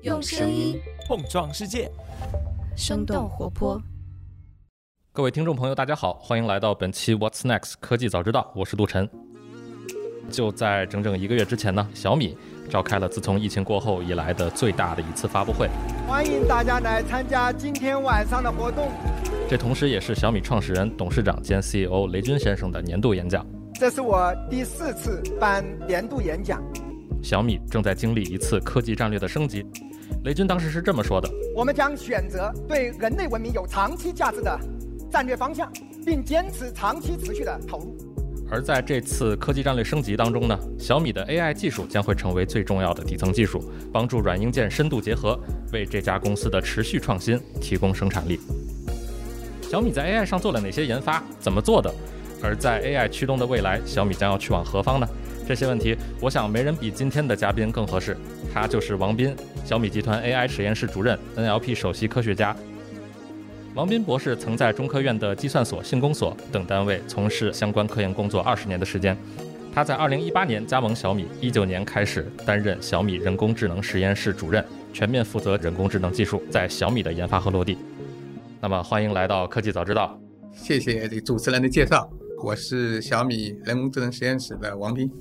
用声音碰撞世界， 生动活泼。 各位听众朋友大家好，欢迎来到本期 What's Next 科技早知道，我是杜晨。就在整整1个月之前呢，小米召开了自从疫情过后以来的最大的一次发布会， 欢迎大家来参加今天晚上的活动。 这同时也是小米创始人、董事长兼 CEO 雷军先生的年度演讲。 这是我第4次办年度演讲。 小米正在经历一次科技战略的升级。雷军当时是这么说的： 我们将选择对人类文明有长期价值的战略方向，并坚持长期持续的投入。 而在这次科技战略升级当中呢，小米的 AI 技术将会成为最重要的底层技术，帮助软硬件深度结合，为这家公司的持续创新提供生产力。小米在 AI 上做了哪些研发，怎么做的？而在 AI 驱动的未来，小米将要去往何方呢？这些问题，我想没人比今天的嘉宾更合适。他就是王斌，小米集团 AI 实验室主任、NLP 首席科学家。王斌博士曾在中科院的计算所、信工所等单位从事相关科研工作20年的时间。他在2018年加盟小米，19年开始担任小米人工智能实验室主任，全面负责人工智能技术在小米的研发和落地。那么，欢迎来到科技早知道。 谢谢主持人的介绍，我是小米人工智能实验室的王斌。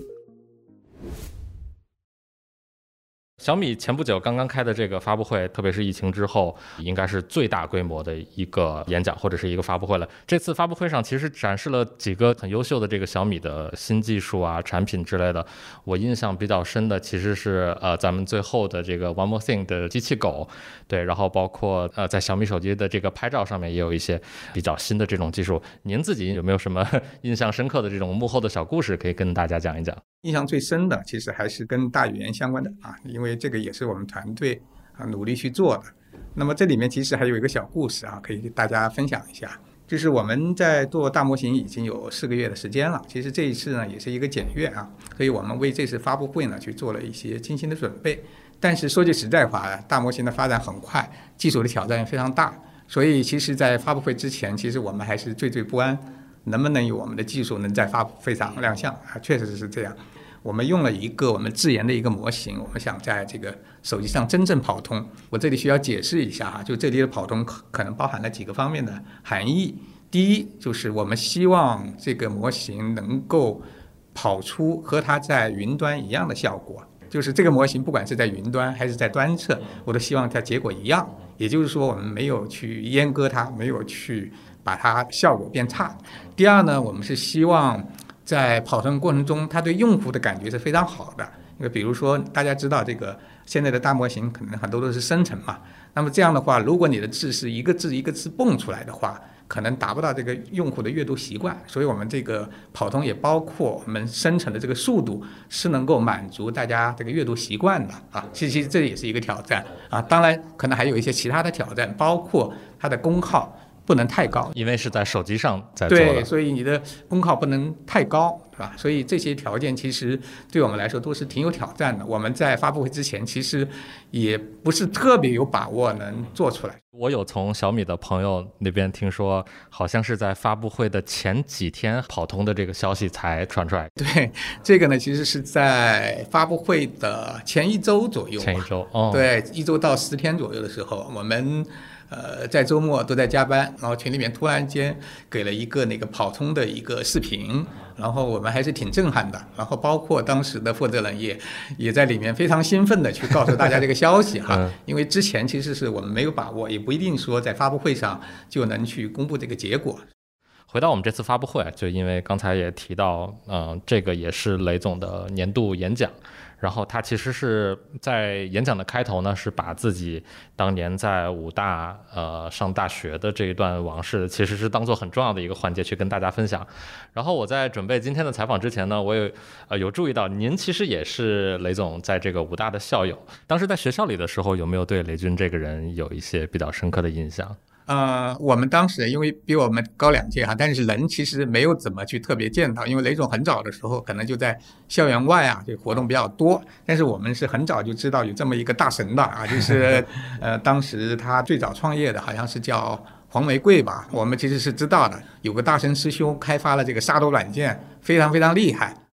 小米前不久刚刚开的这个发布会，特别是疫情之后，应该是最大规模的一个演讲或者是一个发布会了。这次发布会上其实展示了几个很优秀的这个小米的新技术啊、产品之类的。我印象比较深的其实是咱们最后的这个 One More Thing 的机器狗，对，然后包括在小米手机的这个拍照上面也有一些比较新的这种技术。您自己有没有什么印象深刻的这种幕后的小故事可以跟大家讲一讲？ 印象最深的其实还是跟大语言相关的因为这个也是我们团队努力去做的。那么这里面其实还有一个小故事可以给大家分享一下。就是我们在做大模型已经有4个月的时间了，其实这一次呢也是一个检阅所以我们为这次发布会呢去做了一些精心的准备。但是说句实在话，大模型的发展很快，技术的挑战也非常大，所以其实在发布会之前，其实我们还是惴惴不安，能不能有我们的技术能在发布会上亮相确实是这样。我们用了一个我们自研的一个模型，我们想在这个手机上真正跑通。我这里需要解释一下就这里的跑通可能包含了几个方面的含义。第一，就是我们希望这个模型能够跑出和它在云端一样的效果，就是这个模型不管是在云端还是在端侧，我都希望它结果一样。也就是说，我们没有去阉割它，没有去把它效果变差。第二呢，我们是希望在跑通过程中，它对用户的感觉是非常好的。因为比如说，大家知道这个现在的大模型可能很多都是生成嘛，那么这样的话，如果你的字是一个字一个字蹦出来的话，可能达不到这个用户的阅读习惯。所以我们这个跑通也包括我们生成的这个速度是能够满足大家这个阅读习惯的其实这也是一个挑战当然可能还有一些其他的挑战，包括它的功耗不能太高， 因为是在手机上在做的， 对，所以你的功耗不能太高，对吧？所以这些条件其实对我们来说都是挺有挑战的。我们在发布会之前其实也不是特别有把握能做出来。 我有从小米的朋友那边听说，好像是在发布会的前几天跑通的这个消息才传出来。 对，这个呢其实是在发布会的前1周左右， 前1周对，1周到10天左右的时候，我们在周末都在加班，然后群里面突然间给了一个那个跑通的一个视频，然后我们还是挺震撼的，然后包括当时的负责人也在里面非常兴奋的去告诉大家这个消息因为之前其实是我们没有把握，也不一定说在发布会上就能去公布这个结果。 回到我们这次发布会，就因为刚才也提到这个也是雷总的年度演讲，然后他其实是在演讲的开头呢，是把自己当年在武大上大学的这一段往事，其实是当做很重要的一个环节去跟大家分享。然后我在准备今天的采访之前呢，我有注意到您其实也是雷总在这个武大的校友，当时在学校里的时候，有没有对雷军这个人有一些比较深刻的印象？ 我们当时因为比我们高2届但是人其实没有怎么去特别见到，因为雷总很早的时候可能就在校园外这个活动比较多，但是我们是很早就知道有这么一个大神的就是当时他最早创业的好像是叫黄玫瑰吧，我们其实是知道的，有个大神师兄开发了这个杀毒软件，非常非常厉害。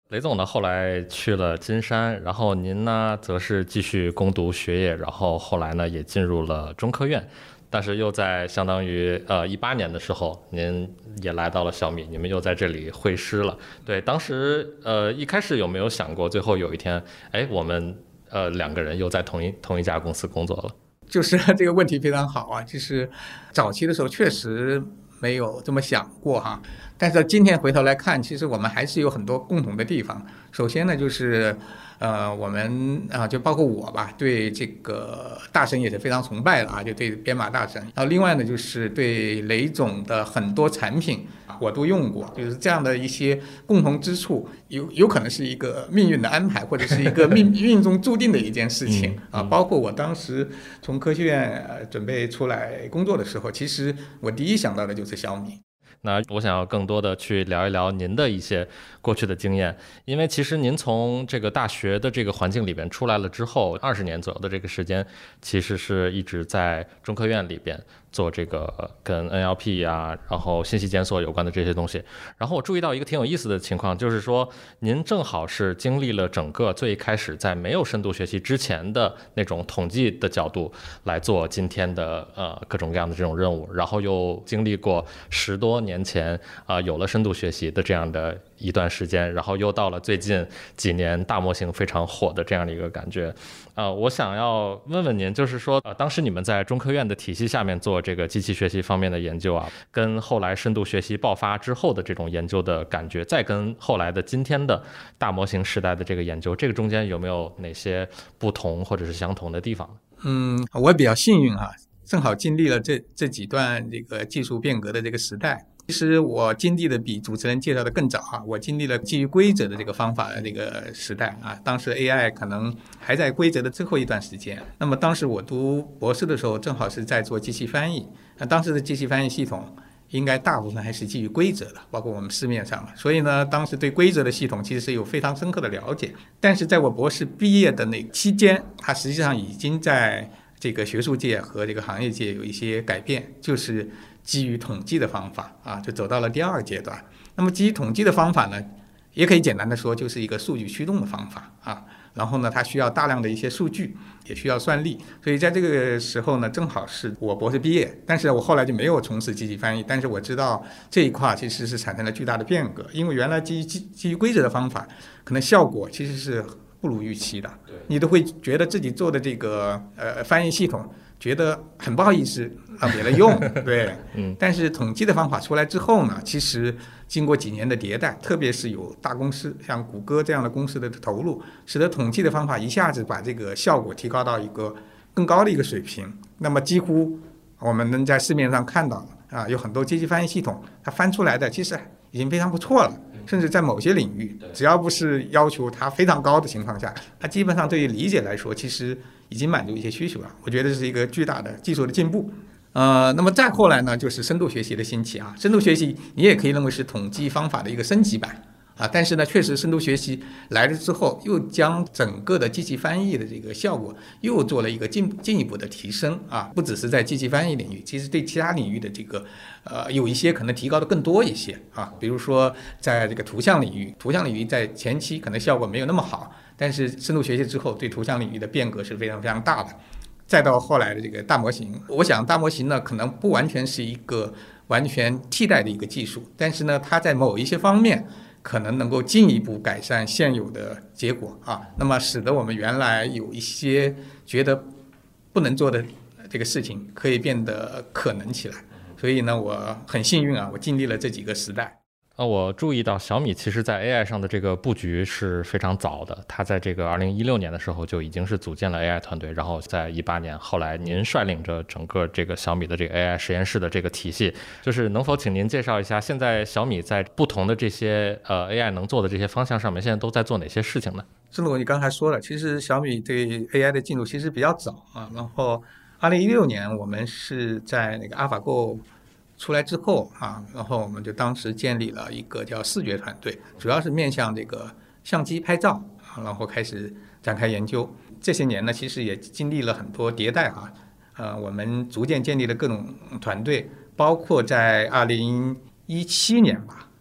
雷总呢后来去了金山，然后您呢则是继续攻读学业，然后后来呢也进入了中科院，但是又在相当于18年的时候，您也来到了小米，你们又在这里会师了。对，当时一开始有没有想过，最后有一天，哎，我们2个人又在同一家公司工作了？ 就是这个问题非常好啊，就是早期的时候确实没有这么想过哈，但是今天回头来看，其实我们还是有很多共同的地方。首先呢，就是我们就包括我吧，对这个大神也是非常崇拜的啊，就对编码大神。然后另外呢，就是对雷总的很多产品我都用过，就是这样的一些共同之处，有可能是一个命运的安排，或者是一个命中注定的一件事情啊。包括我当时从科学院准备出来工作的时候，其实我第一想到的就是小米。 那我想要更多的去聊一聊您的一些过去的经验，因为其实您从这个大学的这个环境里边出来了之后，20年左右的这个时间，其实是一直在中科院里边做这个跟 NLP 啊，然后信息检索有关的这些东西。然后我注意到一个挺有意思的情况，就是说您正好是经历了整个最开始在没有深度学习之前的那种统计的角度来做今天的各种各样的这种任务，然后又经历过10多年前有了深度学习的这样的一段时间，然后又到了最近几年大模型非常火的这样的一个感觉。我想要问问您，就是说当时你们在中科院的体系下面做这个机器学习方面的研究啊，跟后来深度学习爆发之后的这种研究的感觉，再跟后来的今天的大模型时代的这个研究，这个中间有没有哪些不同或者是相同的地方？ 我也比较幸运啊，正好经历了这几段这个技术变革的这个时代。其实我经历的比主持人介绍的更早啊，我经历了基于规则的这个方法的这个时代啊，当时 AI 可能还在规则的最后一段时间。那么当时我读博士的时候，正好是在做机器翻译，那当时的机器翻译系统应该大部分还是基于规则的，包括我们市面上的，所以呢，当时对规则的系统其实是有非常深刻的了解。但是在我博士毕业的那期间，它实际上已经在这个学术界和这个行业界有一些改变，就是基于统计的方法啊，就走到了第2阶段。那么基于统计的方法呢，也可以简单的说，就是一个数据驱动的方法啊。然后呢，它需要大量的一些数据，也需要算力。所以在这个时候呢，正好是我博士毕业，但是我后来就没有从事机器翻译。但是我知道这一块其实是产生了巨大的变革，因为原来基于规则的方法，可能效果其实是不如预期的，你都会觉得自己做的这个翻译系统觉得很不好意思让别人用，对，但是统计的方法出来之后呢，其实经过几年的迭代，特别是有大公司像谷歌这样的公司的投入，使得统计的方法一下子把这个效果提高到一个更高的一个水平。那么几乎我们能在市面上看到啊，有很多机器翻译系统，它翻出来的其实已经非常不错了。甚至在某些领域，只要不是要求它非常高的情况下，它基本上对于理解来说，其实已经满足一些需求了。我觉得这是一个巨大的技术的进步。那么再后来呢，就是深度学习的兴起啊。深度学习你也可以认为是统计方法的一个升级版啊，但是呢，确实深度学习来了之后，又将整个的机器翻译的这个效果又做了一个进一步的提升啊，不只是在机器翻译领域，其实对其他领域的这个有一些可能提高的更多一些啊，比如说在这个图像领域在前期可能效果没有那么好，但是深度学习之后对图像领域的变革是非常非常大的。再到后来的这个大模型，我想大模型呢可能不完全是一个完全替代的一个技术，但是呢它在某一些方面可能能够进一步改善现有的结果啊，那么使得我们原来有一些觉得不能做的这个事情可以变得可能起来。所以呢，我很幸运啊，我经历了这几个时代。 我注意到小米其实在 AI 上的这个布局是非常早的，它在这个2016年的时候就已经是组建了 AI 团队，然后在18年后来您率领着整个这个小米的这个 AI 实验室的这个体系，就是能否请您介绍一下现在小米在不同的这些AI 能做的这些方向上面现在都在做哪些事情呢？ 正如你刚才说了，其实小米对 AI 的进入其实比较早啊，然后2016年我们是在那个 AlphaGo出来之后啊，然后我们就当时建立了一个叫视觉团队，主要是面向这个相机拍照，然后开始展开研究。这些年呢，其实也经历了很多迭代啊，我们逐渐建立了各种团队，包括在2017年吧，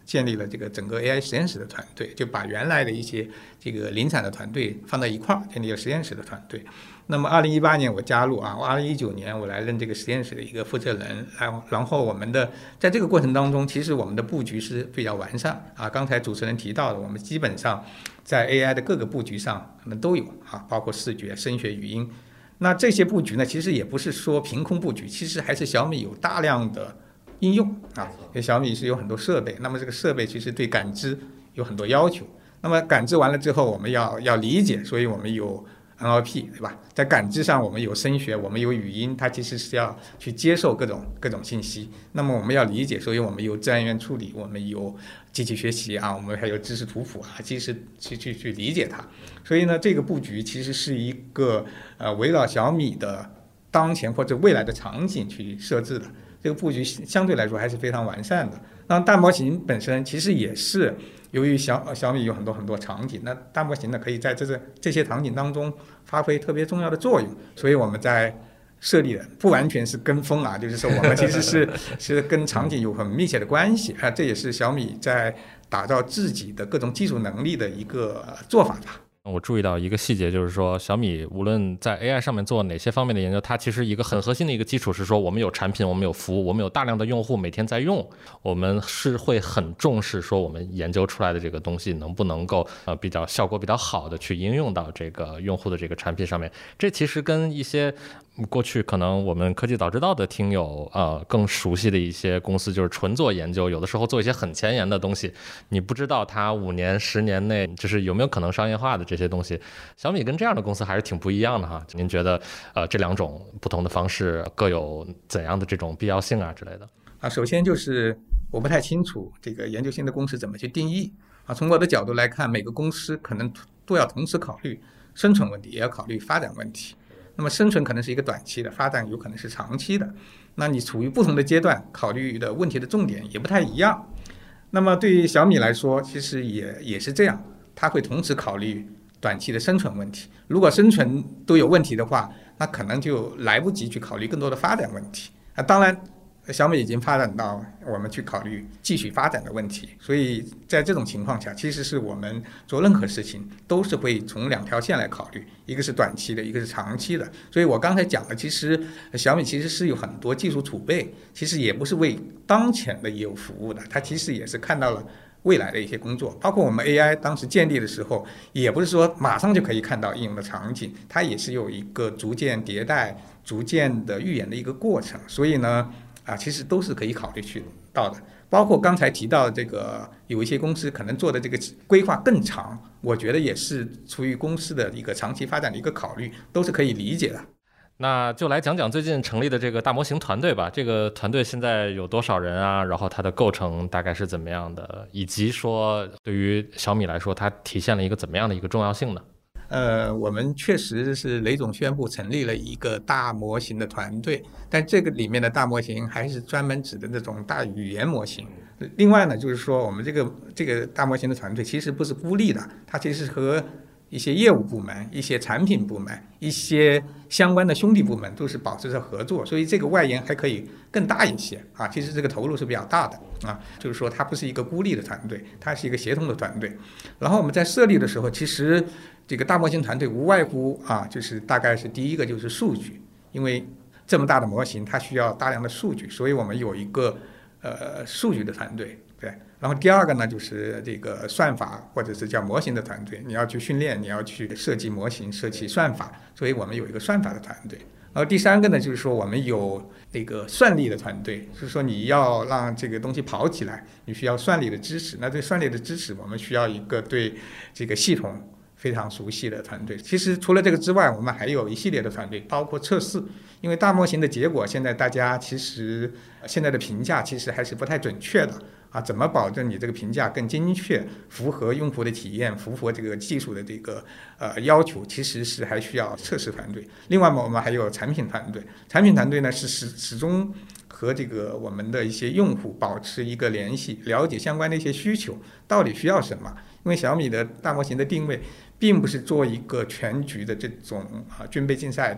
建立了这个整个 AI 实验室的团队，就把原来的一些这个临产的团队放在一块儿，建立了实验室的团队。那么2018年我加入2019年我来任这个实验室的一个负责人，然后我们的在这个过程当中，其实我们的布局是比较完善刚才主持人提到的，我们基本上在 AI 的各个布局上可能都有包括视觉、声学、语音。那这些布局呢，其实也不是说凭空布局，其实还是小米有大量的应用小米是有很多设备，那么这个设备其实对感知有很多要求。那么感知完了之后，我们要理解，所以我们有 NLP， 对吧？在感知上，我们有声学，我们有语音，它其实是要去接受各种信息。那么我们要理解，所以我们有自然语言处理，我们有机器学习我们还有知识图谱其实去理解它。所以呢，这个布局其实是一个围绕小米的当前或者未来的场景去设置的。这个布局相对来说还是非常完善的。那大模型本身其实也是由于小米有很多场景，那大模型呢可以在这些场景当中发挥特别重要的作用，所以我们在设立的不完全是跟风就是说我们其实是跟场景有很密切的关系这也是小米在打造自己的各种技术能力的一个做法吧。 我注意到一个细节，就是说小米无论在 AI 上面做哪些方面的研究，它其实一个很核心的一个基础是说，我们有产品，我们有服务，我们有大量的用户每天在用，我们是会很重视说我们研究出来的这个东西能不能够比较效果比较好的去应用到这个用户的这个产品上面。这其实跟一些过去可能我们科技早知道的听友更熟悉的一些公司，就是纯做研究，有的时候做一些很前沿的东西，你不知道它5年10年内就是有没有可能商业化的这些东西。小米跟这样的公司还是挺不一样的哈。您觉得这两种不同的方式各有怎样的这种必要性之类的？ 首先就是我不太清楚这个研究性的公司怎么去定义从我的角度来看，每个公司可能都要同时考虑生存问题，也要考虑发展问题。那么生存可能是一个短期的，发展有可能是长期的。那你处于不同的阶段，考虑的问题的重点也不太一样。那么对于小米来说，其实也是这样，它会同时考虑短期的生存问题。如果生存都有问题的话，那可能就来不及去考虑更多的发展问题当然小米已经发展到我们去考虑继续发展的问题，所以在这种情况下，其实是我们做任何事情都是会从2条线来考虑，一个是短期的，一个是长期的。所以我刚才讲的，其实小米其实是有很多技术储备，其实也不是为当前的业务服务的，它其实也是看到了未来的一些工作，包括我们 AI 当时建立的时候，也不是说马上就可以看到应用的场景，它也是有一个逐渐迭代、逐渐的预演的一个过程。所以呢，其实都是可以考虑去到的。包括刚才提到的这个，有一些公司可能做的这个规划更长，我觉得也是出于公司的一个长期发展的一个考虑，都是可以理解的。 那就来讲讲最近成立的这个大模型团队吧。这个团队现在有多少人然后它的构成大概是怎么样的，以及说对于小米来说，它体现了一个怎么样的一个重要性呢？ 我们确实是雷总宣布成立了一个大模型的团队，但这个里面的大模型还是专门指的那种大语言模型。另外呢，就是说我们这个大模型的团队其实不是孤立的，它其实和一些业务部门、一些产品部门、一些相关的兄弟部门都是保持着合作，所以这个外延还可以更大一些其实这个投入是比较大的就是说它不是一个孤立的团队，它是一个协同的团队。然后我们在设立的时候，其实这个大模型团队无外乎就是大概是第一个就是数据，因为这么大的模型它需要大量的数据，所以我们有一个数据的团队。对，然后第二个呢，就是这个算法或者是叫模型的团队，你要去训练，你要去设计模型、设计算法，所以我们有一个算法的团队。然后第三个呢，就是说我们有这个算力的团队，就是说你要让这个东西跑起来，你需要算力的支持。那对算力的支持，我们需要一个对这个系统非常熟悉的团队。其实除了这个之外，我们还有一系列的团队，包括测试。因为大模型的结果，现在大家其实现在的评价其实还是不太准确的怎么保证你这个评价更精确，符合用户的体验，符合这个技术的这个要求，其实是还需要测试团队。另外我们还有产品团队，产品团队呢是始终和这个我们的一些用户保持一个联系，了解相关的一些需求到底需要什么。因为小米的大模型的定位并不是做一个全局的这种军备竞赛的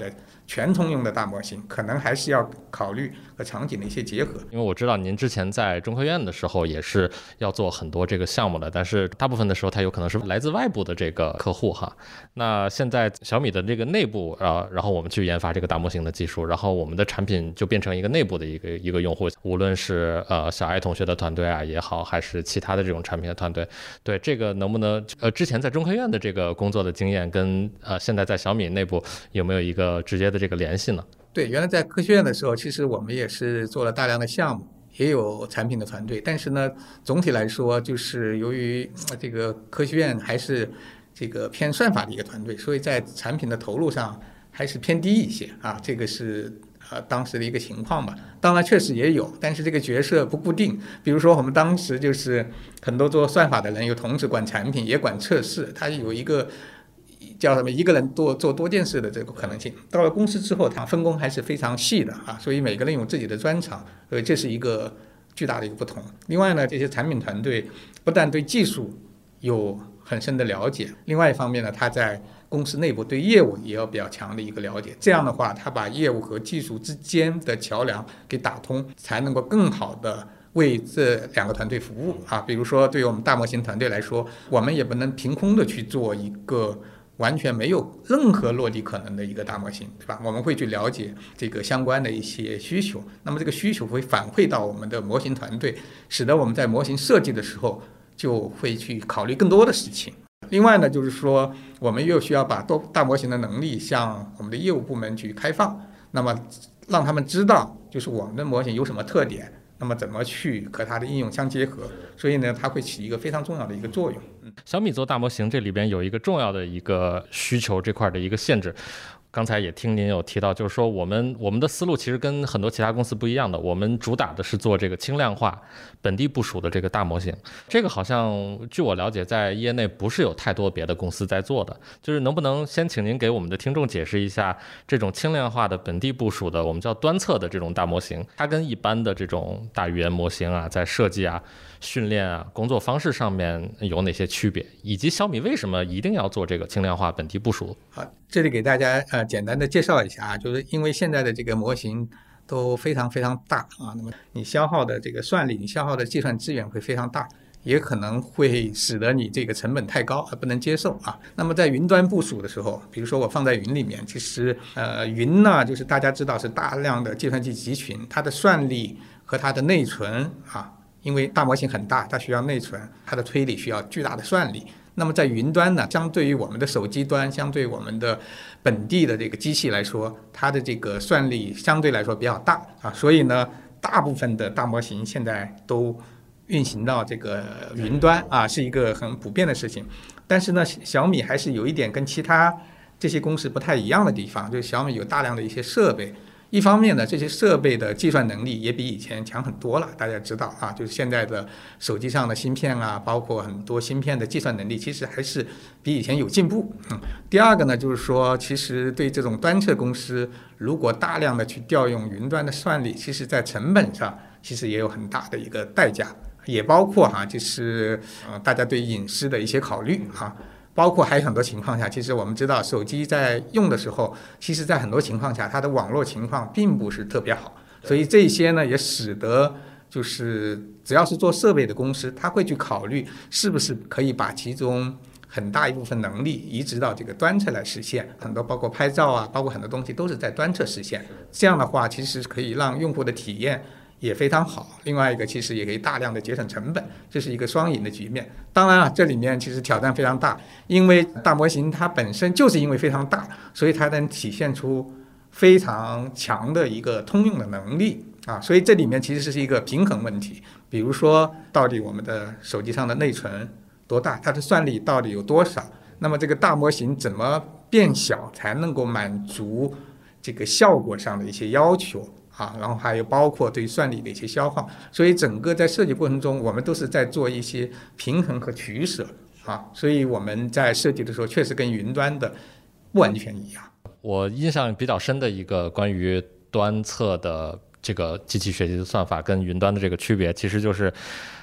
全通用的大模型，可能还是要考虑和场景的一些结合。 因为我知道您之前在中科院的时候也是要做很多这个项目的，但是大部分的时候它有可能是来自外部的这个客户哈。那现在小米的这个内部然后我们去研发这个大模型的技术，然后我们的产品就变成一个内部的一个用户，无论是小艾同学的团队啊也好，还是其他的这种产品的团队，对这个能不能之前在中科院的这个工作的经验跟现在在小米内部有没有一个直接的这个联系呢？ 对，原来在科学院的时候，其实我们也是做了大量的项目，也有产品的团队，但是呢，总体来说，就是由于这个科学院还是这个偏算法的一个团队，所以在产品的投入上还是偏低一些啊，这个是当时的一个情况吧。当然确实也有，但是这个角色不固定。比如说我们当时就是很多做算法的人，有同时管产品也管测试，他有一个叫什么一个人做多件事的这个可能性。到了公司之后，它分工还是非常细的啊，所以每个人有自己的专长，所以这是一个巨大的一个不同。另外呢，这些产品团队不但对技术有很深的了解，另外一方面呢，他在公司内部对业务也有比较强的一个了解。这样的话，他把业务和技术之间的桥梁给打通，才能够更好的为这两个团队服务啊。比如说，对于我们大模型团队来说，我们也不能凭空的去做一个完全没有任何落地可能的一个大模型，对吧？我们会去了解这个相关的一些需求，那么这个需求会反馈到我们的模型团队，使得我们在模型设计的时候就会去考虑更多的事情。另外呢，就是说我们又需要把大模型的能力向我们的业务部门去开放，那么让他们知道就是我们的模型有什么特点，那么怎么去和它的应用相结合，所以呢，它会起一个非常重要的一个作用。 小米做大模型这里边有一个重要的一个需求这块的一个限制，刚才也听您有提到，就是说我们的思路其实跟很多其他公司不一样的，我们主打的是做这个轻量化、本地部署的这个大模型。这个好像据我了解，在业内不是有太多别的公司在做的。就是能不能先请您给我们的听众解释一下，这种轻量化的本地部署的，我们叫端侧的这种大模型，它跟一般的这种大语言模型啊，在设计啊、训练啊、工作方式上面有哪些区别，以及小米为什么一定要做这个轻量化本地部署？ 好，这里给大家简单的介绍一下啊，就是因为现在的这个模型都非常非常大啊，那么你消耗的这个算力，你消耗的计算资源会非常大，也可能会使得你这个成本太高而不能接受啊。那么在云端部署的时候，比如说我放在云里面，其实云呢，就是大家知道是大量的计算机集群，它的算力和它的内存啊，因为大模型很大，它需要内存，它的推理需要巨大的算力。那么在云端呢，相对于我们的手机端，相对我们的本地的这个机器来说，它的这个算力相对来说比较大啊，所以呢，大部分的大模型现在都运行到这个云端啊，是一个很普遍的事情。但是呢，小米还是有一点跟其他这些公司不太一样的地方，就是小米有大量的一些设备。一方面呢，这些设备的计算能力也比以前强很多了。大家知道啊，就是现在的手机上的芯片啊，包括很多芯片的计算能力，其实还是比以前有进步。第二个呢，就是说，其实对这种端侧公司，如果大量的去调用云端的算力，其实在成本上其实也有很大的一个代价，也包括就是大家对隐私的一些考虑啊。包括还有很多情况下，其实我们知道手机在用的时候，其实在很多情况下它的网络情况并不是特别好，所以这些呢也使得就是只要是做设备的公司，他会去考虑是不是可以把其中很大一部分能力移植到这个端侧来实现。很多包括拍照啊，包括很多东西都是在端侧实现，这样的话其实可以让用户的体验也非常好，另外一个其实也可以大量的节省成本，这是一个双赢的局面。当然啊，这里面其实挑战非常大，因为大模型它本身就是因为非常大，所以它能体现出非常强的一个通用的能力啊，所以这里面其实是一个平衡问题。比如说，到底我们的手机上的内存多大，它的算力到底有多少？那么这个大模型怎么变小才能够满足这个效果上的一些要求？然后还有包括对算力的一些消耗，所以整个在设计过程中，我们都是在做一些平衡和取舍所以我们在设计的时候，确实跟云端的不完全一样。 我印象比较深的一个关于端侧的这个机器学习的算法跟云端的这个区别，其实就是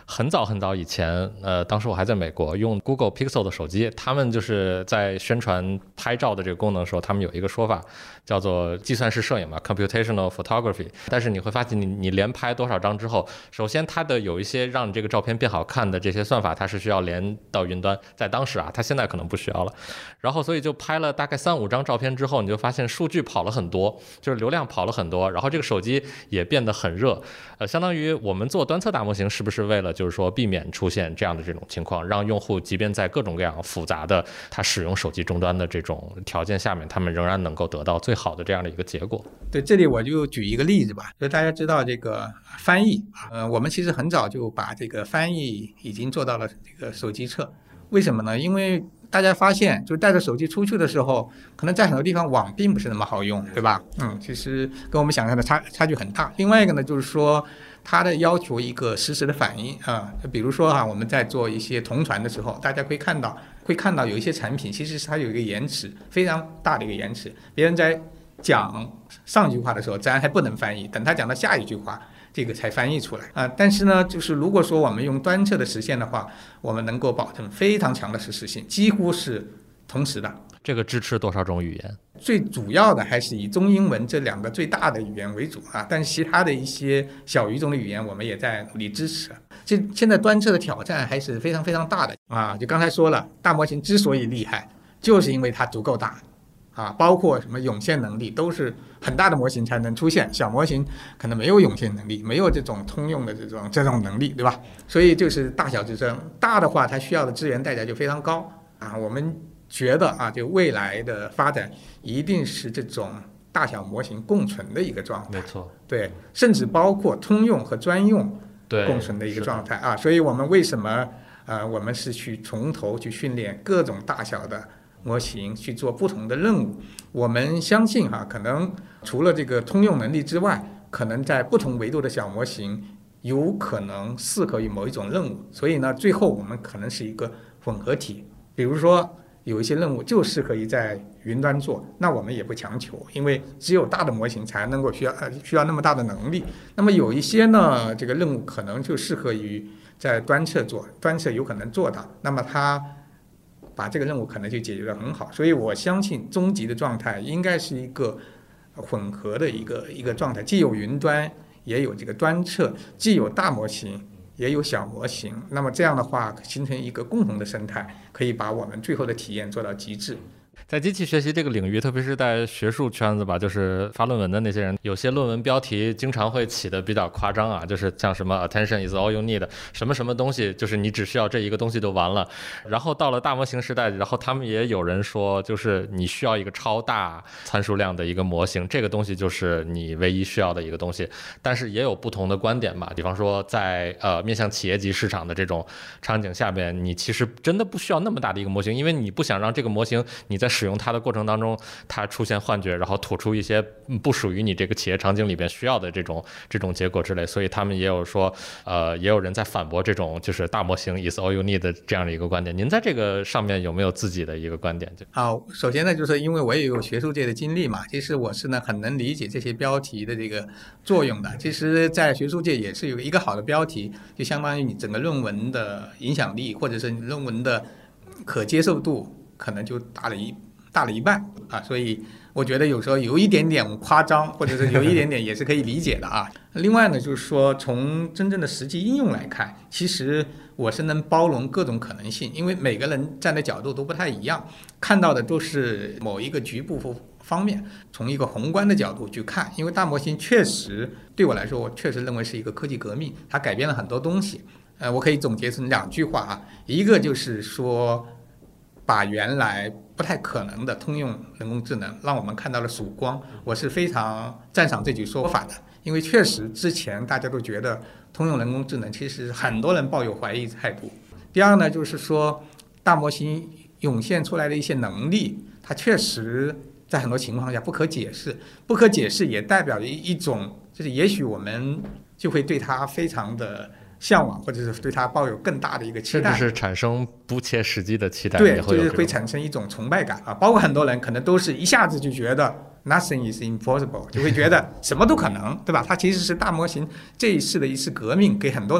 很早很早以前，当时我还在美国用 Google Pixel 的手机，他们就是在宣传拍照的这个功能的时候，他们有一个说法叫做计算式摄影嘛 ，computational photography。但是你会发现你连拍多少张之后，首先它的有一些让你这个照片变好看的这些算法，它是需要连到云端，在当时啊，它现在可能不需要了。然后所以就拍了大概3-5张照片之后，你就发现数据跑了很多，就是流量跑了很多，然后这个手机也变得很热。相当于我们做端侧大模型是不是为了就是说避免出现这样的这种情况，让用户即便在各种各样复杂的他使用手机终端的这种条件下面，他们仍然能够得到最好的这样的一个结果。 对，这里我就举一个例子吧，就大家知道这个翻译我们其实很早就把这个翻译已经做到了这个手机侧。为什么呢？因为大家发现就带着手机出去的时候，可能在很多地方网并不是那么好用，对吧？其实跟我们想象的差距很大。另外一个呢，就是说它的要求一个实时的反应就比如说我们在做一些同传的时候，大家会看到有一些产品其实是它有一个延迟，非常大的一个延迟。别人在讲上句话的时候，咱还不能翻译，等他讲到下一句话，这个才翻译出来但是呢，就是如果说我们用端侧的实现的话，我们能够保证非常强的实时性，几乎是同时的。 这个支持多少种语言？ 最主要的还是以中英文这2个最大的语言为主但是其他的一些小语种的语言我们也在努力支持。现在端侧的挑战还是非常非常大的就刚才说了，大模型之所以厉害，就是因为它足够大包括什么涌现能力都是很大的模型才能出现，小模型可能没有涌现能力，没有这种通用的这种能力，对吧？所以就是大小之争，大的话它需要的资源代价就非常高我们觉得就未来的发展一定是这种大小模型共存的一个状态， 没错， 对，甚至包括通用和专用共存的一个状态所以我们为什么我们是去从头去训练各种大小的模型去做不同的任务。我们相信可能除了这个通用能力之外，可能在不同维度的小模型有可能适合于某一种任务，所以呢，最后我们可能是一个混合体。比如说有一些任务就适合于在云端做，那我们也不强求，因为只有大的模型才能够需要那么大的能力。那么有一些呢，这个任务可能就适合于在端侧做，端侧有可能做到，那么它把这个任务可能就解决得很好。所以我相信终极的状态应该是一个混合的一个状态，既有云端也有这个端侧，既有大模型也有小模型，那么这样的话形成一个共同的生态，可以把我们最后的体验做到极致。 在机器学习这个领域，特别是在学术圈子吧，就是发论文的那些人，有些论文标题经常会起的比较夸张就是像什么 attention is all you need， 什么什么东西，就是你只需要这一个东西就完了。然后到了大模型时代，然后他们也有人说，就是你需要一个超大参数量的一个模型，这个东西就是你唯一需要的一个东西。但是也有不同的观点吧，比方说在面向企业级市场的这种场景下边，你其实真的不需要那么大的一个模型，因为你不想让这个模型你在使用它的过程当中它出现幻觉，然后吐出一些不属于你这个企业场景里边需要的这种结果之类。所以他们也有说也有人在反驳这种就是大模型 is all you need 的这样的一个观点。您在这个上面有没有自己的一个观点？ 首先呢，就是因为我也有学术界的经历嘛，其实我是呢很能理解这些标题的这个作用的。其实在学术界也是有一个好的标题，就相当于你整个论文的影响力或者是你论文的可接受度可能就大了一半所以我觉得有时候有一点点夸张，或者是有一点点也是可以理解的另外呢，就是说从真正的实际应用来看，其实我是能包容各种可能性，因为每个人站的角度都不太一样，看到的都是某一个局部方面，从一个宏观的角度去看。因为大模型确实对我来说，我确实认为是一个科技革命，它改变了很多东西。我可以总结成2句话一个就是说把原来不太可能的通用人工智能让我们看到了曙光，我是非常赞赏这句说法的。因为确实之前大家都觉得通用人工智能其实很多人抱有怀疑态度。第二呢，就是说大模型涌现出来的一些能力，它确实在很多情况下不可解释也代表着一种就是也许我们就会对它非常的向往，或者是对它抱有更大的一个期待， 甚至是产生不切实际的期待。 对，就是会产生一种崇拜感包括很多人可能都是一下子就觉得 nothing is impossible， 就会觉得什么都可能，对吧？它其实是大模型这一次的一次革命，给很多人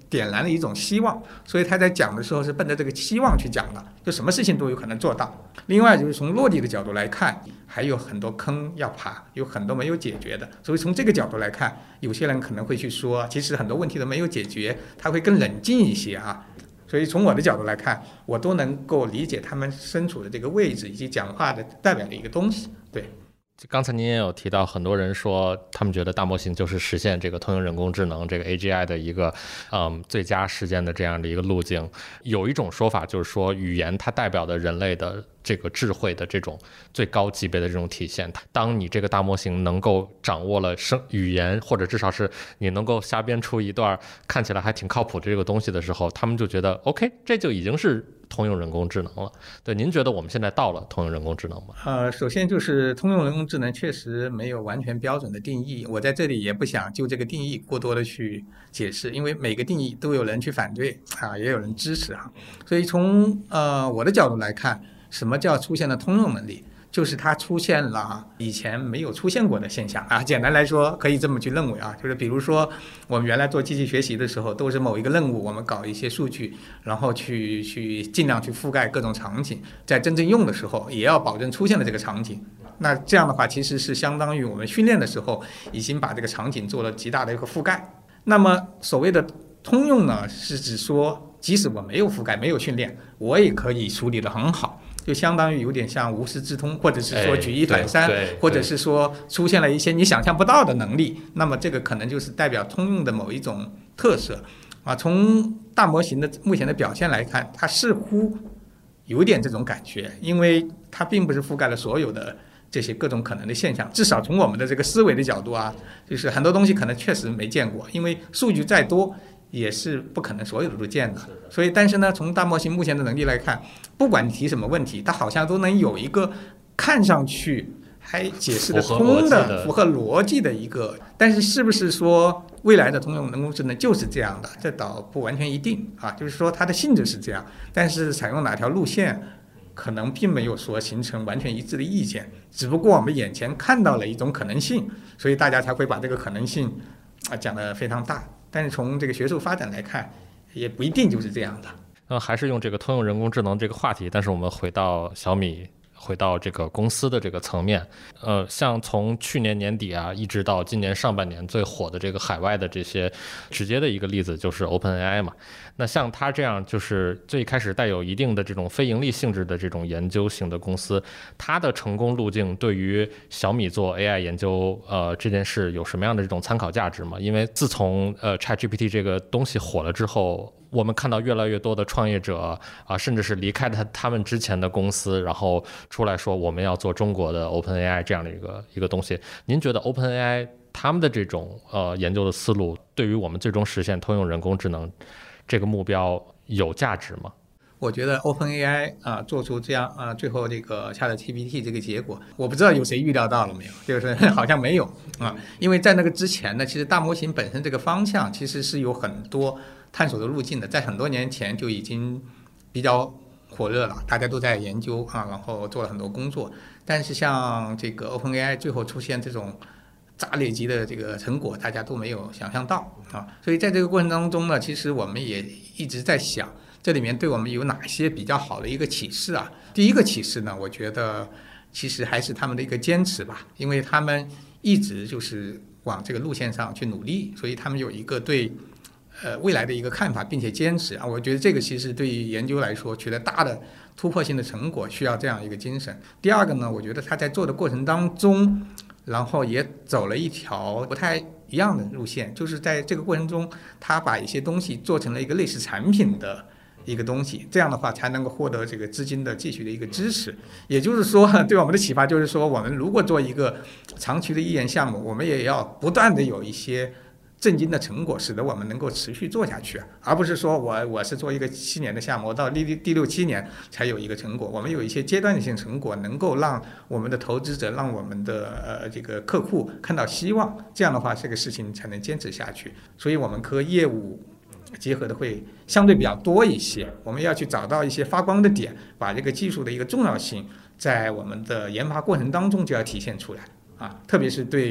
点燃了一种希望，所以他在讲的时候是奔着这个希望去讲的，就什么事情都有可能做到。另外就是从落地的角度来看，还有很多坑要爬，有很多没有解决的，所以从这个角度来看，有些人可能会去说，其实很多问题都没有解决，他会更冷静一些啊。所以从我的角度来看，我都能够理解他们身处的这个位置以及讲话的代表的一个东西。对。 刚才您也有提到，很多人说他们觉得大模型就是实现这个通用人工智能这个 AGI 的一个最佳实践的这样的一个路径。有一种说法就是说，语言它代表的人类的这个智慧的这种最高级别的这种体现。当你这个大模型能够掌握了语言，或者至少是你能够瞎编出一段看起来还挺靠谱的这个东西的时候，他们就觉得 OK， 这就已经是通用人工智能了。对，您觉得我们现在到了通用人工智能吗？ 首先就是通用人工智能确实没有完全标准的定义，我在这里也不想就这个定义过多的去解释，因为每个定义都有人去反对啊，也有人支持啊。所以从我的角度来看，什么叫出现了通用能力？就是它出现了以前没有出现过的现象啊。简单来说，可以这么去认为啊，就是比如说我们原来做机器学习的时候，都是某一个任务，我们搞一些数据，然后去尽量去覆盖各种场景，在真正用的时候，也要保证出现了这个场景。那这样的话，其实是相当于我们训练的时候，已经把这个场景做了极大的一个覆盖。那么所谓的通用呢，是指说，即使我没有覆盖、没有训练，我也可以处理得很好。就相当于有点像无师自通，或者是说举一反三，或者是说出现了一些你想象不到的能力，那么这个可能就是代表通用的某一种特色啊。从大模型的目前的表现来看，它似乎有点这种感觉，因为它并不是覆盖了所有的这些各种可能的现象，至少从我们的这个思维的角度啊，就是很多东西可能确实没见过，因为数据再多也是不可能所有的都见的。所以但是呢，从大模型目前的能力来看，不管你提什么问题，它好像都能有一个看上去还解释得通的、符合逻辑的一个。但是是不是说未来的通用人工智能就是这样的？这倒不完全一定啊。就是说它的性质是这样，但是采用哪条路线，可能并没有说形成完全一致的意见。只不过我们眼前看到了一种可能性，所以大家才会把这个可能性讲得非常大。但是从这个学术发展来看，也不一定就是这样的。 还是用这个通用人工智能这个话题，但是我们回到小米，回到这个公司的这个层面，像从去年年底啊，一直到今年上半年最火的这个海外的这些直接的一个例子就是 OpenAI 嘛。那像它这样就是最开始带有一定的这种非盈利性质的这种研究型的公司，它的成功路径对于小米做 AI 研究这件事有什么样的这种参考价值吗？因为自从ChatGPT 这个东西火了之后，我们看到越来越多的创业者甚至是离开他们之前的公司，然后出来说我们要做中国的 OpenAI 这样的一个东西。您觉得 OpenAI 他们的这种研究的思路，对于我们最终实现通用人工智能这个目标有价值吗？ 我觉得 OpenAI 做出这样最后这个 ChatGPT 这个结果，我不知道有谁预料到了没有，就是好像没有因为在那个之前呢，其实大模型本身这个方向其实是有很多探索的路径的，在很多年前就已经比较火热了，大家都在研究然后做了很多工作。但是像这个 OpenAI 最后出现这种炸裂级的这个成果，大家都没有想象到所以在这个过程当中呢，其实我们也一直在想，这里面对我们有哪些比较好的一个启示啊？第一个启示呢，我觉得其实还是他们的一个坚持吧，因为他们一直就是往这个路线上去努力，所以他们有一个对未来的一个看法，并且坚持我觉得这个其实对于研究来说取得大的突破性的成果需要这样一个精神。第二个呢，我觉得他在做的过程当中，然后也走了一条不太一样的路线，就是在这个过程中他把一些东西做成了一个类似产品的一个东西，这样的话才能够获得这个资金的继续的一个支持。也就是说，对我们的启发就是说，我们如果做一个长期的研项目，我们也要不断的有一些震惊的成果，使得我们能够持续做下去，而不是说我是做一个7年的项目，我到第6、7年才有一个成果。我们有一些阶段性成果，能够让我们的投资者、让我们的这个客户看到希望，这样的话这个事情才能坚持下去。所以我们和业务结合的会相对比较多一些，我们要去找到一些发光的点，把这个技术的一个重要性在我们的研发过程当中就要体现出来特别是对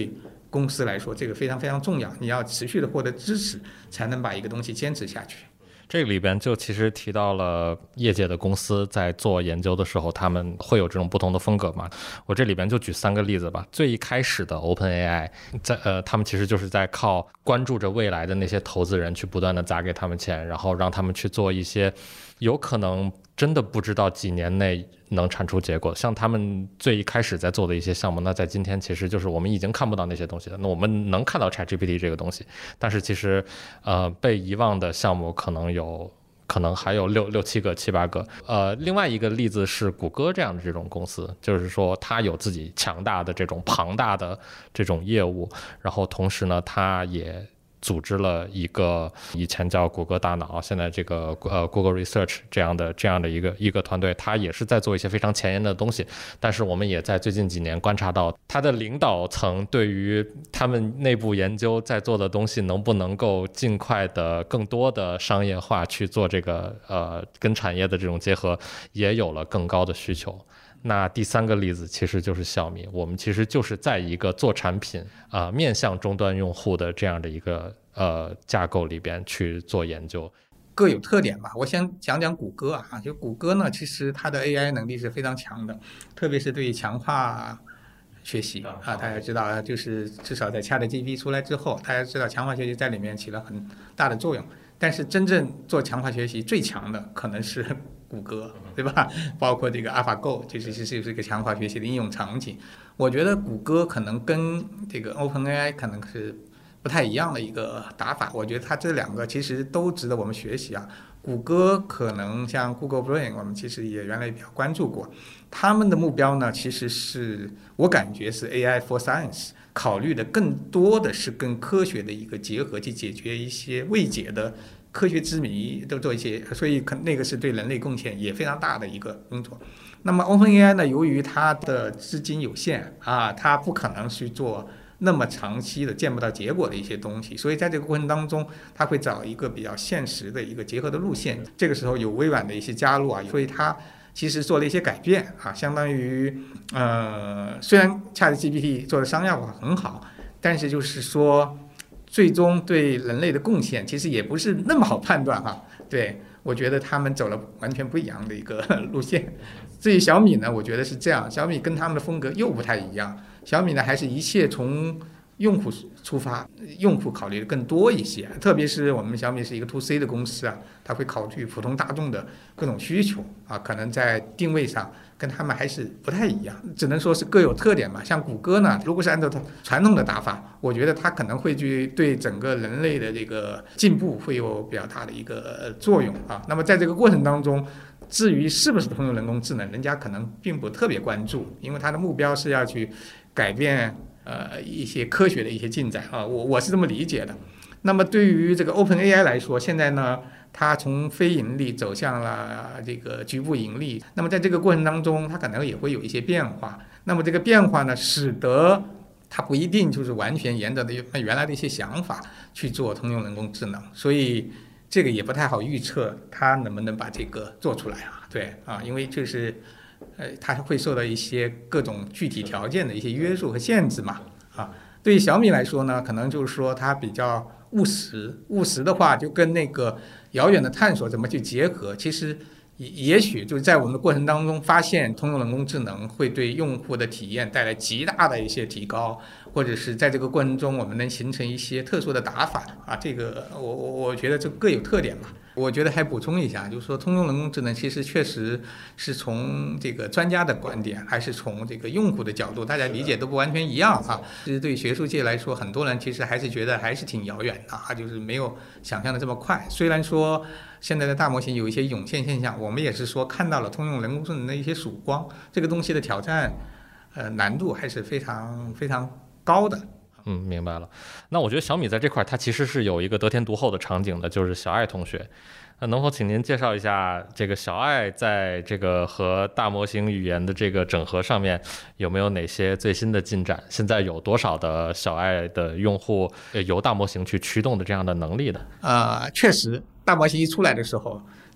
公司来说，这个非常非常重要，你要持续的获得支持，才能把一个东西坚持下去。 这个里边就其实提到了业界的公司在做研究的时候，他们会有这种不同的风格嘛。我这里边就举3个例子吧。最一开始的 OpenAI， 他们其实就是在靠关注着未来的那些投资人去不断的砸给他们钱，然后让他们去做一些有可能真的不知道几年内能产出结果，像他们最一开始在做的一些项目，那在今天其实就是我们已经看不到那些东西了。那我们能看到 ChatGPT 这个东西，但是其实被遗忘的项目可能还有6、7个、7、8个。另外一个例子是谷歌这样的这种公司，就是说它有自己强大的这种庞大的这种业务，然后同时呢，它也组织了一个以前叫谷歌大脑，现在这个Google Research 这样的一个团队，它也是在做一些非常前沿的东西。但是我们也在最近几年观察到，它的领导层对于他们内部研究在做的东西能不能够尽快的更多的商业化去做这个跟产业的这种结合，也有了更高的需求。那第3个例子其实就是小米，我们其实就是在一个做产品面向终端用户的这样的一个架构里边去做研究， 各有特点吧。我先讲讲谷歌啊，就谷歌呢，其实它的 AI 能力是非常强的，特别是对于强化学习啊，大家知道，就是至少在 ChatGPT 出来之后，大家知道强化学习在里面起了很大的作用。但是真正做强化学习最强的可能是谷歌，对吧？包括这个 AlphaGo， 就是一个强化学习的应用场景。我觉得谷歌可能跟这个 OpenAI 可能是不太一样的一个打法。我觉得它这2个其实都值得我们学习啊。谷歌可能像 Google Brain， 我们其实也原来比较关注过，他们的目标呢，其实是我感觉是 AI for Science， 考虑的更多的是跟科学的一个结合，去解决一些未解的科学之谜，都做一些，所以那个是对人类贡献也非常大的一个工作。那么 OpenAI 呢，由于它的资金有限啊，它不可能去做那么长期的见不到结果的一些东西，所以在这个过程当中，它会找一个比较现实的一个结合的路线。这个时候有微软的一些加入啊，所以它其实做了一些改变啊，相当于虽然 ChatGPT 做的商业化很好，但是就是说最终对人类的贡献其实也不是那么好判断哈。对，我觉得他们走了完全不一样的一个路线。至于小米呢，我觉得是这样，小米跟他们的风格又不太一样。小米呢，还是一切从用户出发，用户考虑的更多一些，特别是我们小米是一个 to C 的公司啊，它会考虑普通大众的各种需求啊，可能在定位上跟他们还是不太一样，只能说是各有特点吧。像谷歌呢，如果是按照它传统的打法，我觉得它可能会去对整个人类的这个进步会有比较大的一个作用啊。那么在这个过程当中，至于是不是通用人工智能，人家可能并不特别关注，因为它的目标是要去改变一些科学的一些进展啊，我是这么理解的。那么对于这个 OpenAI 来说，现在呢，它从非盈利走向了这个局部盈利。那么在这个过程当中，它可能也会有一些变化。那么这个变化呢，使得它不一定就是完全沿着原来的一些想法去做通用人工智能，所以这个也不太好预测它能不能把这个做出来啊。对啊，因为就是它会受到一些各种具体条件的一些约束和限制嘛。啊，对于小米来说呢，可能就是说它比较务实的话，就跟那个遥远的探索怎么去结合，其实也许就是在我们的过程当中发现通用人工智能会对用户的体验带来极大的一些提高，或者是在这个过程中我们能形成一些特殊的打法啊，这个我觉得这各有特点吧。我觉得还补充一下，就是说通用人工智能其实确实是从这个专家的观点，还是从这个用户的角度，大家理解都不完全一样啊。其实对学术界来说，很多人其实还是觉得还是挺遥远的啊，就是没有想象的这么快。虽然说现在的大模型有一些涌现现象，我们也是说看到了通用人工智能的一些曙光，这个东西的挑战难度还是非常非常高的。 明白了。那我觉得小米在这块它其实是有一个得天独厚的场景的，就是小爱同学。那能否请您介绍一下这个小爱在这个和大模型语言的这个整合上面有没有哪些最新的进展？现在有多少的小爱的用户由大模型去驱动的这样的能力的？ 确实，大模型一出来的时候，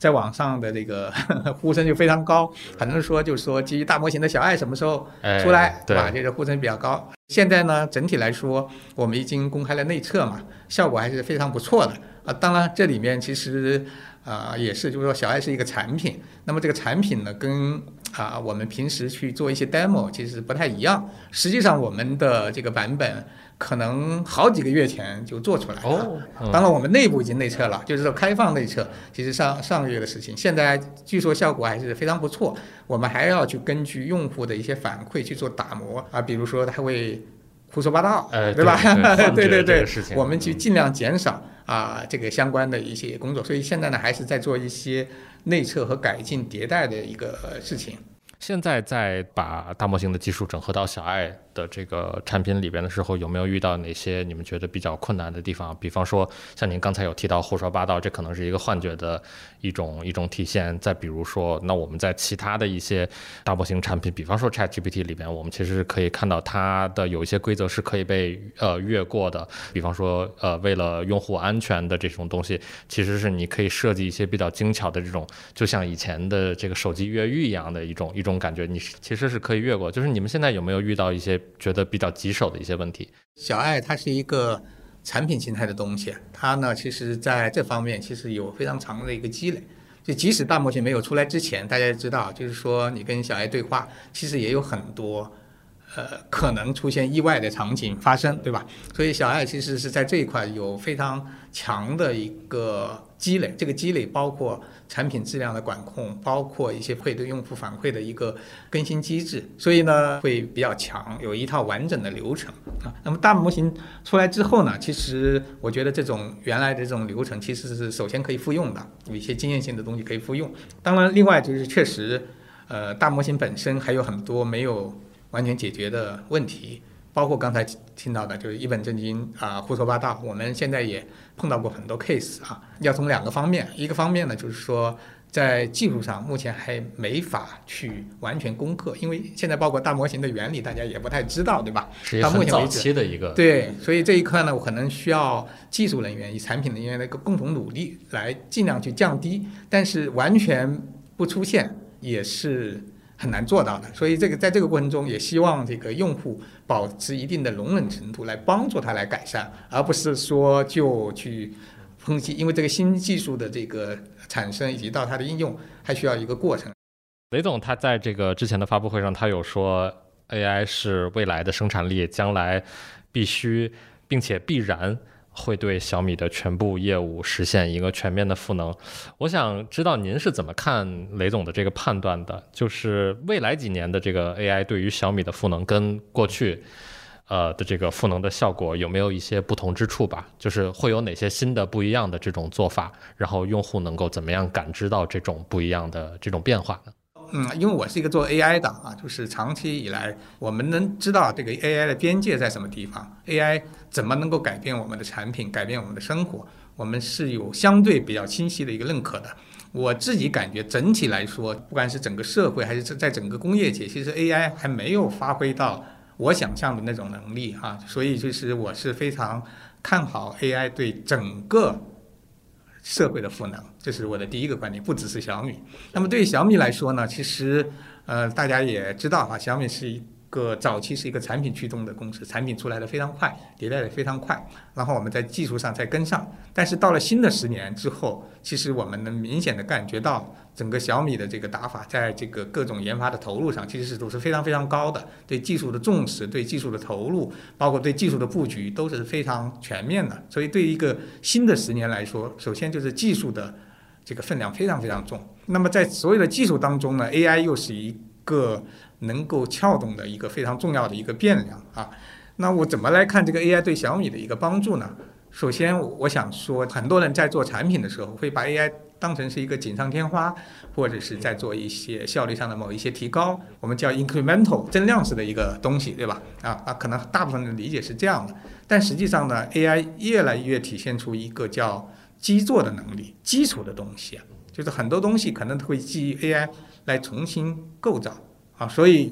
在网上的这个呼声就非常高，很多人说就是说基于大模型的小爱什么时候出来，对吧？这个呼声比较高。现在呢，整体来说，我们已经公开了内测嘛，效果还是非常不错的啊。当然，这里面其实也是就是说小爱是一个产品，那么这个产品呢，跟我们平时去做一些 demo 其实不太一样。实际上，我们的这个版本可能好几个月前就做出来了。当然，我们内部已经内测了，就是说开放内测，其实上个月的事情。现在据说效果还是非常不错。我们还要去根据用户的一些反馈去做打磨啊，比如说他会胡说八道，对吧？对，我们去尽量减少这个相关的一些工作。所以现在呢，还是在做一些内测和改进迭代的一个事情。 现在在把大模型的技术整合到小爱的这个产品里边的时候，有没有遇到哪些你们觉得比较困难的地方？比方说像您刚才有提到胡说八道，这可能是一个幻觉的一种体现。再比如说，那我们在其他的一些大模型产品，比方说 ChatGPT 里边，我们其实是可以看到它的有一些规则是可以被越过的。比方说为了用户安全的这种东西，其实是你可以设计一些比较精巧的这种，就像以前的这个手机越狱一样的一种感觉，你其实是可以越过。就是你们现在有没有遇到一些觉得比较棘手的一些问题？ 小爱它是一个产品形态的东西，它呢其实在这方面其实有非常长的一个积累。就即使大模型没有出来之前，大家也知道，就是说你跟小爱对话，其实也有很多可能出现意外的场景发生，对吧？所以小爱其实是在这一块有非常强的一个积累，这个积累包括产品质量的管控，包括一些会对用户反馈的一个更新机制，所以呢会比较强，有一套完整的流程啊。那么大模型出来之后呢，其实我觉得这种原来的这种流程其实是首先可以复用的，有一些经验性的东西可以复用。当然，另外就是确实，大模型本身还有很多没有完全解决的问题，包括刚才听到的，就是一本正经胡说八道。我们现在也碰到过很多 case 要从两个方面，一个方面呢，就是说在技术上目前还没法去完全攻克，因为现在包括大模型的原理大家也不太知道，对吧？ 是一个很早期的一个对，所以这一块呢，我可能需要技术人员与产品人员的一个共同努力，来尽量去降低，但是完全不出现也是很难做到的。所以在这个过程中，也希望这个用户保持一定的容忍程度，来帮助他来改善，而不是说就去抨击，因为这个新技术的这个产生以及到它的应用，还需要一个过程。 雷总他在这个之前的发布会上，他有说 AI 是未来的生产力，将来必须并且必然会对小米的全部业务实现一个全面的赋能。我想知道您是怎么看雷总的这个判断的，就是未来几年的这个 AI 对于小米的赋能跟过去的这个赋能的效果有没有一些不同之处吧？就是会有哪些新的不一样的这种做法，然后用户能够怎么样感知到这种不一样的这种变化呢？ 因为我是一个做 AI 的就是长期以来我们能知道这个 AI 的边界在什么地方， AI 怎么能够改变我们的产品，改变我们的生活，我们是有相对比较清晰的一个认可的。我自己感觉整体来说，不管是整个社会还是在整个工业界，其实 AI 还没有发挥到我想象的那种能力所以就是我是非常看好 AI 对整个社会的赋能，这是我的第一个观点，不只是小米。那么对于小米来说呢，其实大家也知道小米是一个早期是一个产品驱动的公司，产品出来的非常快，迭代的非常快，然后我们在技术上再跟上。但是到了新的10年之后，其实我们能明显的感觉到整个小米的这个打法，在这个各种研发的投入上，其实都是非常非常高的，对技术的重视，对技术的投入，包括对技术的布局，都是非常全面的。所以对于一个新的10年来说，首先就是技术的这个分量非常非常重。那么在所有的技术当中呢， AI 又是一个能够撬动的一个非常重要的一个变量那我怎么来看这个 AI 对小米的一个帮助呢？首先我想说，很多人在做产品的时候会把 AI 当成是一个锦上添花，或者是在做一些效率上的某一些提高，我们叫 incremental 增量式的一个东西，对吧？可能大部分人理解是这样的。但实际上呢， AI 越来越体现出一个叫基座的能力，基础的东西就是很多东西可能会基于 AI 来重新构造所以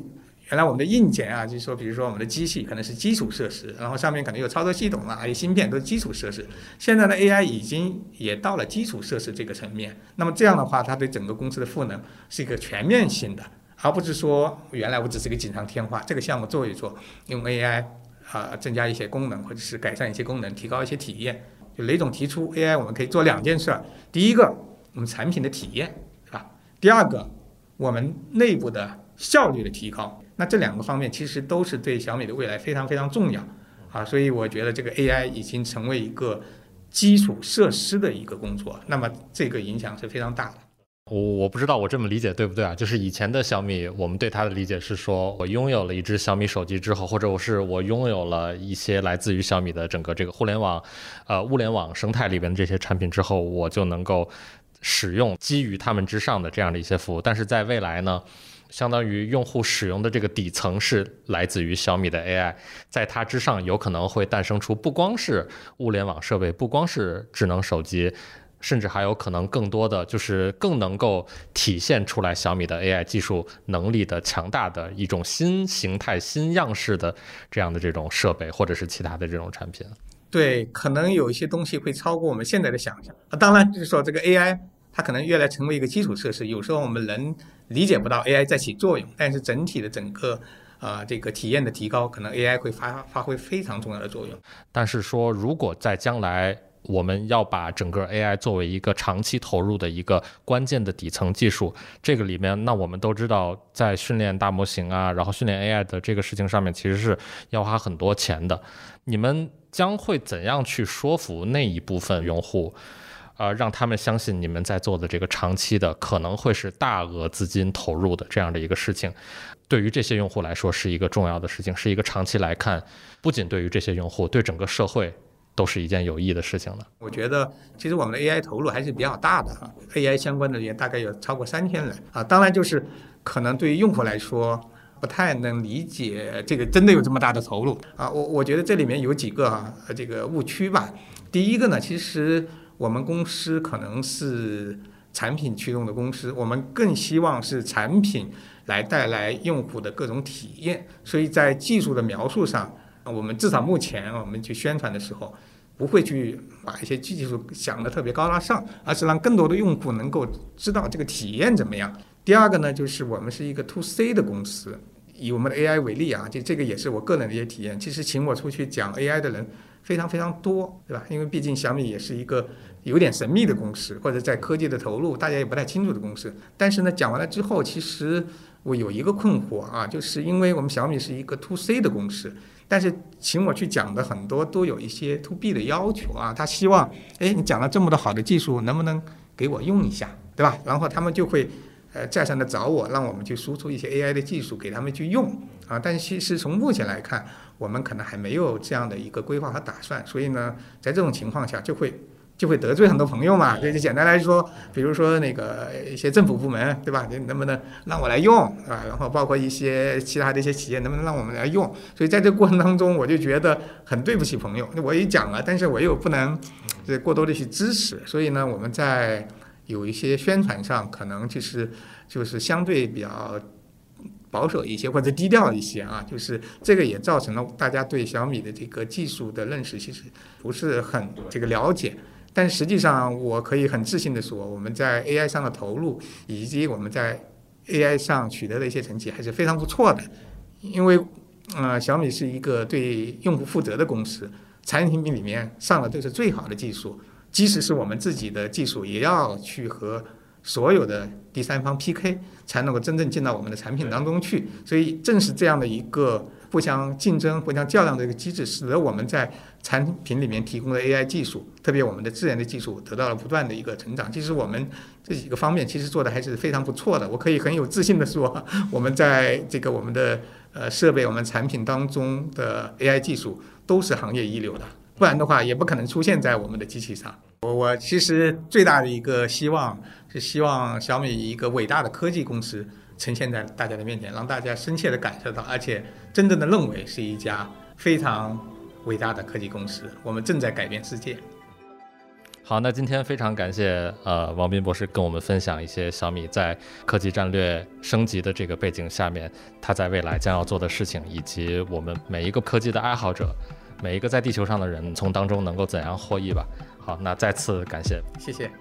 原来我们的硬件啊，就是说，比如说我们的机器可能是基础设施，然后上面可能有操作系统啊，还有芯片，都是基础设施。现在的 AI 已经也到了基础设施这个层面。那么这样的话，它对整个公司的赋能是一个全面性的，而不是说原来我只是一个锦上添花，这个项目做一做，用 AI 增加一些功能，或者是改善一些功能，提高一些体验。就雷总提出 AI 我们可以做2件事，第一个我们产品的体验，对吧？第二个我们内部的效率的提高。那这2个方面其实都是对小米的未来非常非常重要所以我觉得这个 AI 已经成为一个基础设施的一个工作，那么这个影响是非常大的。 我不知道我这么理解对不对啊？就是以前的小米，我们对它的理解是说，我拥有了一只小米手机之后，或者我拥有了一些来自于小米的整个这个物联网生态里边的这些产品之后，我就能够使用基于它们之上的这样的一些服务。但是在未来呢，相当于用户使用的这个底层是来自于小米的 AI， 在它之上有可能会诞生出不光是物联网设备，不光是智能手机，甚至还有可能更多的就是更能够体现出来小米的 AI 技术能力的强大的一种新形态、新样式的这样的这种设备，或者是其他的这种产品。 对，可能有一些东西会超过我们现在的想象。当然就是说这个 AI 它可能越来成为一个基础设施，有时候我们人理解不到 AI 在起作用，但是整体的整个这个体验的提高，可能 AI 会发挥非常重要的作用。 但是说如果在将来我们要把整个 AI 作为一个长期投入的一个关键的底层技术，这个里面那我们都知道在训练大模型然后训练 AI 的这个事情上面其实是要花很多钱的。你们将会怎样去说服那一部分用户让他们相信你们在做的这个长期的可能会是大额资金投入的这样的一个事情，对于这些用户来说是一个重要的事情，是一个长期来看，不仅对于这些用户，对整个社会都是一件有益的事情的。 我觉得其实我们的 AI 投入还是比较大的AI 相关的也大概有超过3000人当然就是可能对于用户来说不太能理解这个真的有这么大的投入我觉得这里面有几个这个误区吧。第一个呢，其实我们公司可能是产品驱动的公司，我们更希望是产品来带来用户的各种体验，所以在技术的描述上，我们至少目前我们去宣传的时候不会去把一些技术想得特别高大上，而是让更多的用户能够知道这个体验怎么样。第二个呢，就是我们是一个 to C 的公司，以我们的 AI 为例这个也是我个人的一些体验。其实请我出去讲 AI 的人非常非常多，对吧？因为毕竟小米也是一个有点神秘的公司，或者在科技的投入大家也不太清楚的公司。但是呢，讲完了之后，其实我有一个困惑就是因为我们小米是一个 to C 的公司，但是请我去讲的很多都有一些 to B 的要求他希望你讲了这么多好的技术，能不能给我用一下，对吧？然后他们就会再三的找我，让我们去输出一些 AI 的技术给他们去用但是其实从目前来看，我们可能还没有这样的一个规划和打算，所以呢，在这种情况下就会得罪很多朋友嘛。就简单来说，比如说那个一些政府部门，对吧？你能不能让我来用然后包括一些其他的一些企业，能不能让我们来用？所以在这个过程当中，我就觉得很对不起朋友。我也讲了，但是我又不能过多的去支持，所以呢，我们在有一些宣传上可能就是相对比较保守一些或者低调一些就是这个也造成了大家对小米的这个技术的认识其实不是很这个了解。但实际上我可以很自信的说，我们在 AI 上的投入以及我们在 AI 上取得的一些成绩还是非常不错的。因为小米是一个对用户负责的公司，产品里面上的都是最好的技术，即使是我们自己的技术也要去和所有的第三方 PK 才能够真正进到我们的产品当中去。所以正是这样的一个互相竞争互相较量的一个机制，使得我们在产品里面提供的 AI 技术，特别我们的自研的技术得到了不断的一个成长。其实我们这几个方面其实做的还是非常不错的，我可以很有自信的说，我们在这个我们的设备我们产品当中的 AI 技术都是行业一流的，不然的话也不可能出现在我们的机器上。我其实最大的一个希望是希望小米一个伟大的科技公司呈现在大家的面前，让大家深切的感受到，而且真正的认为是一家非常伟大的科技公司，我们正在改变世界。 好，那今天非常感谢王斌博士跟我们分享一些小米在科技战略升级的这个背景下面，他在未来将要做的事情，以及我们每一个科技的爱好者，每一个在地球上的人从当中能够怎样获益吧。好，那再次感谢， 谢谢。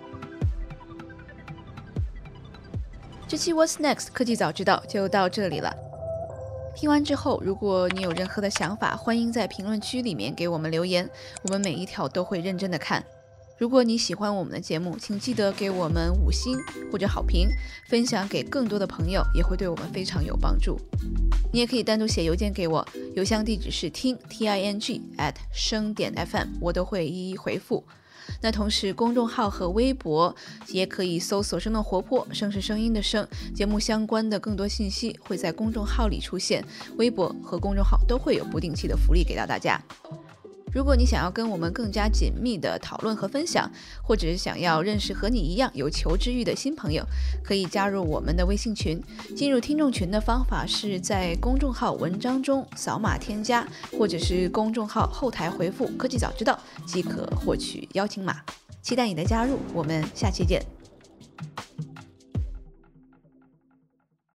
这期 What's Next 科技早知道就到这里了。听完之后，如果你有任何的想法，欢迎在评论区里面给我们留言，我们每一条都会认真的看。如果你喜欢我们的节目，请记得给我们5星或者好评，分享给更多的朋友，也会对我们非常有帮助。你也可以单独写邮件给我，邮箱地址是ting@声.fm， 我都会一一回复。那同时公众号和微博也可以搜索生动活泼，声是声音的声，节目相关的更多信息会在公众号里出现，微博和公众号都会有不定期的福利给到大家。如果你想要跟我们更加紧密的讨论和分享，或者是想要认识和你一样有求知欲的新朋友，可以加入我们的微信群。进入听众群的方法是在公众号文章中扫码添加，或者是公众号后台回复科技早知道即可获取邀请码。期待你的加入，我们下期见。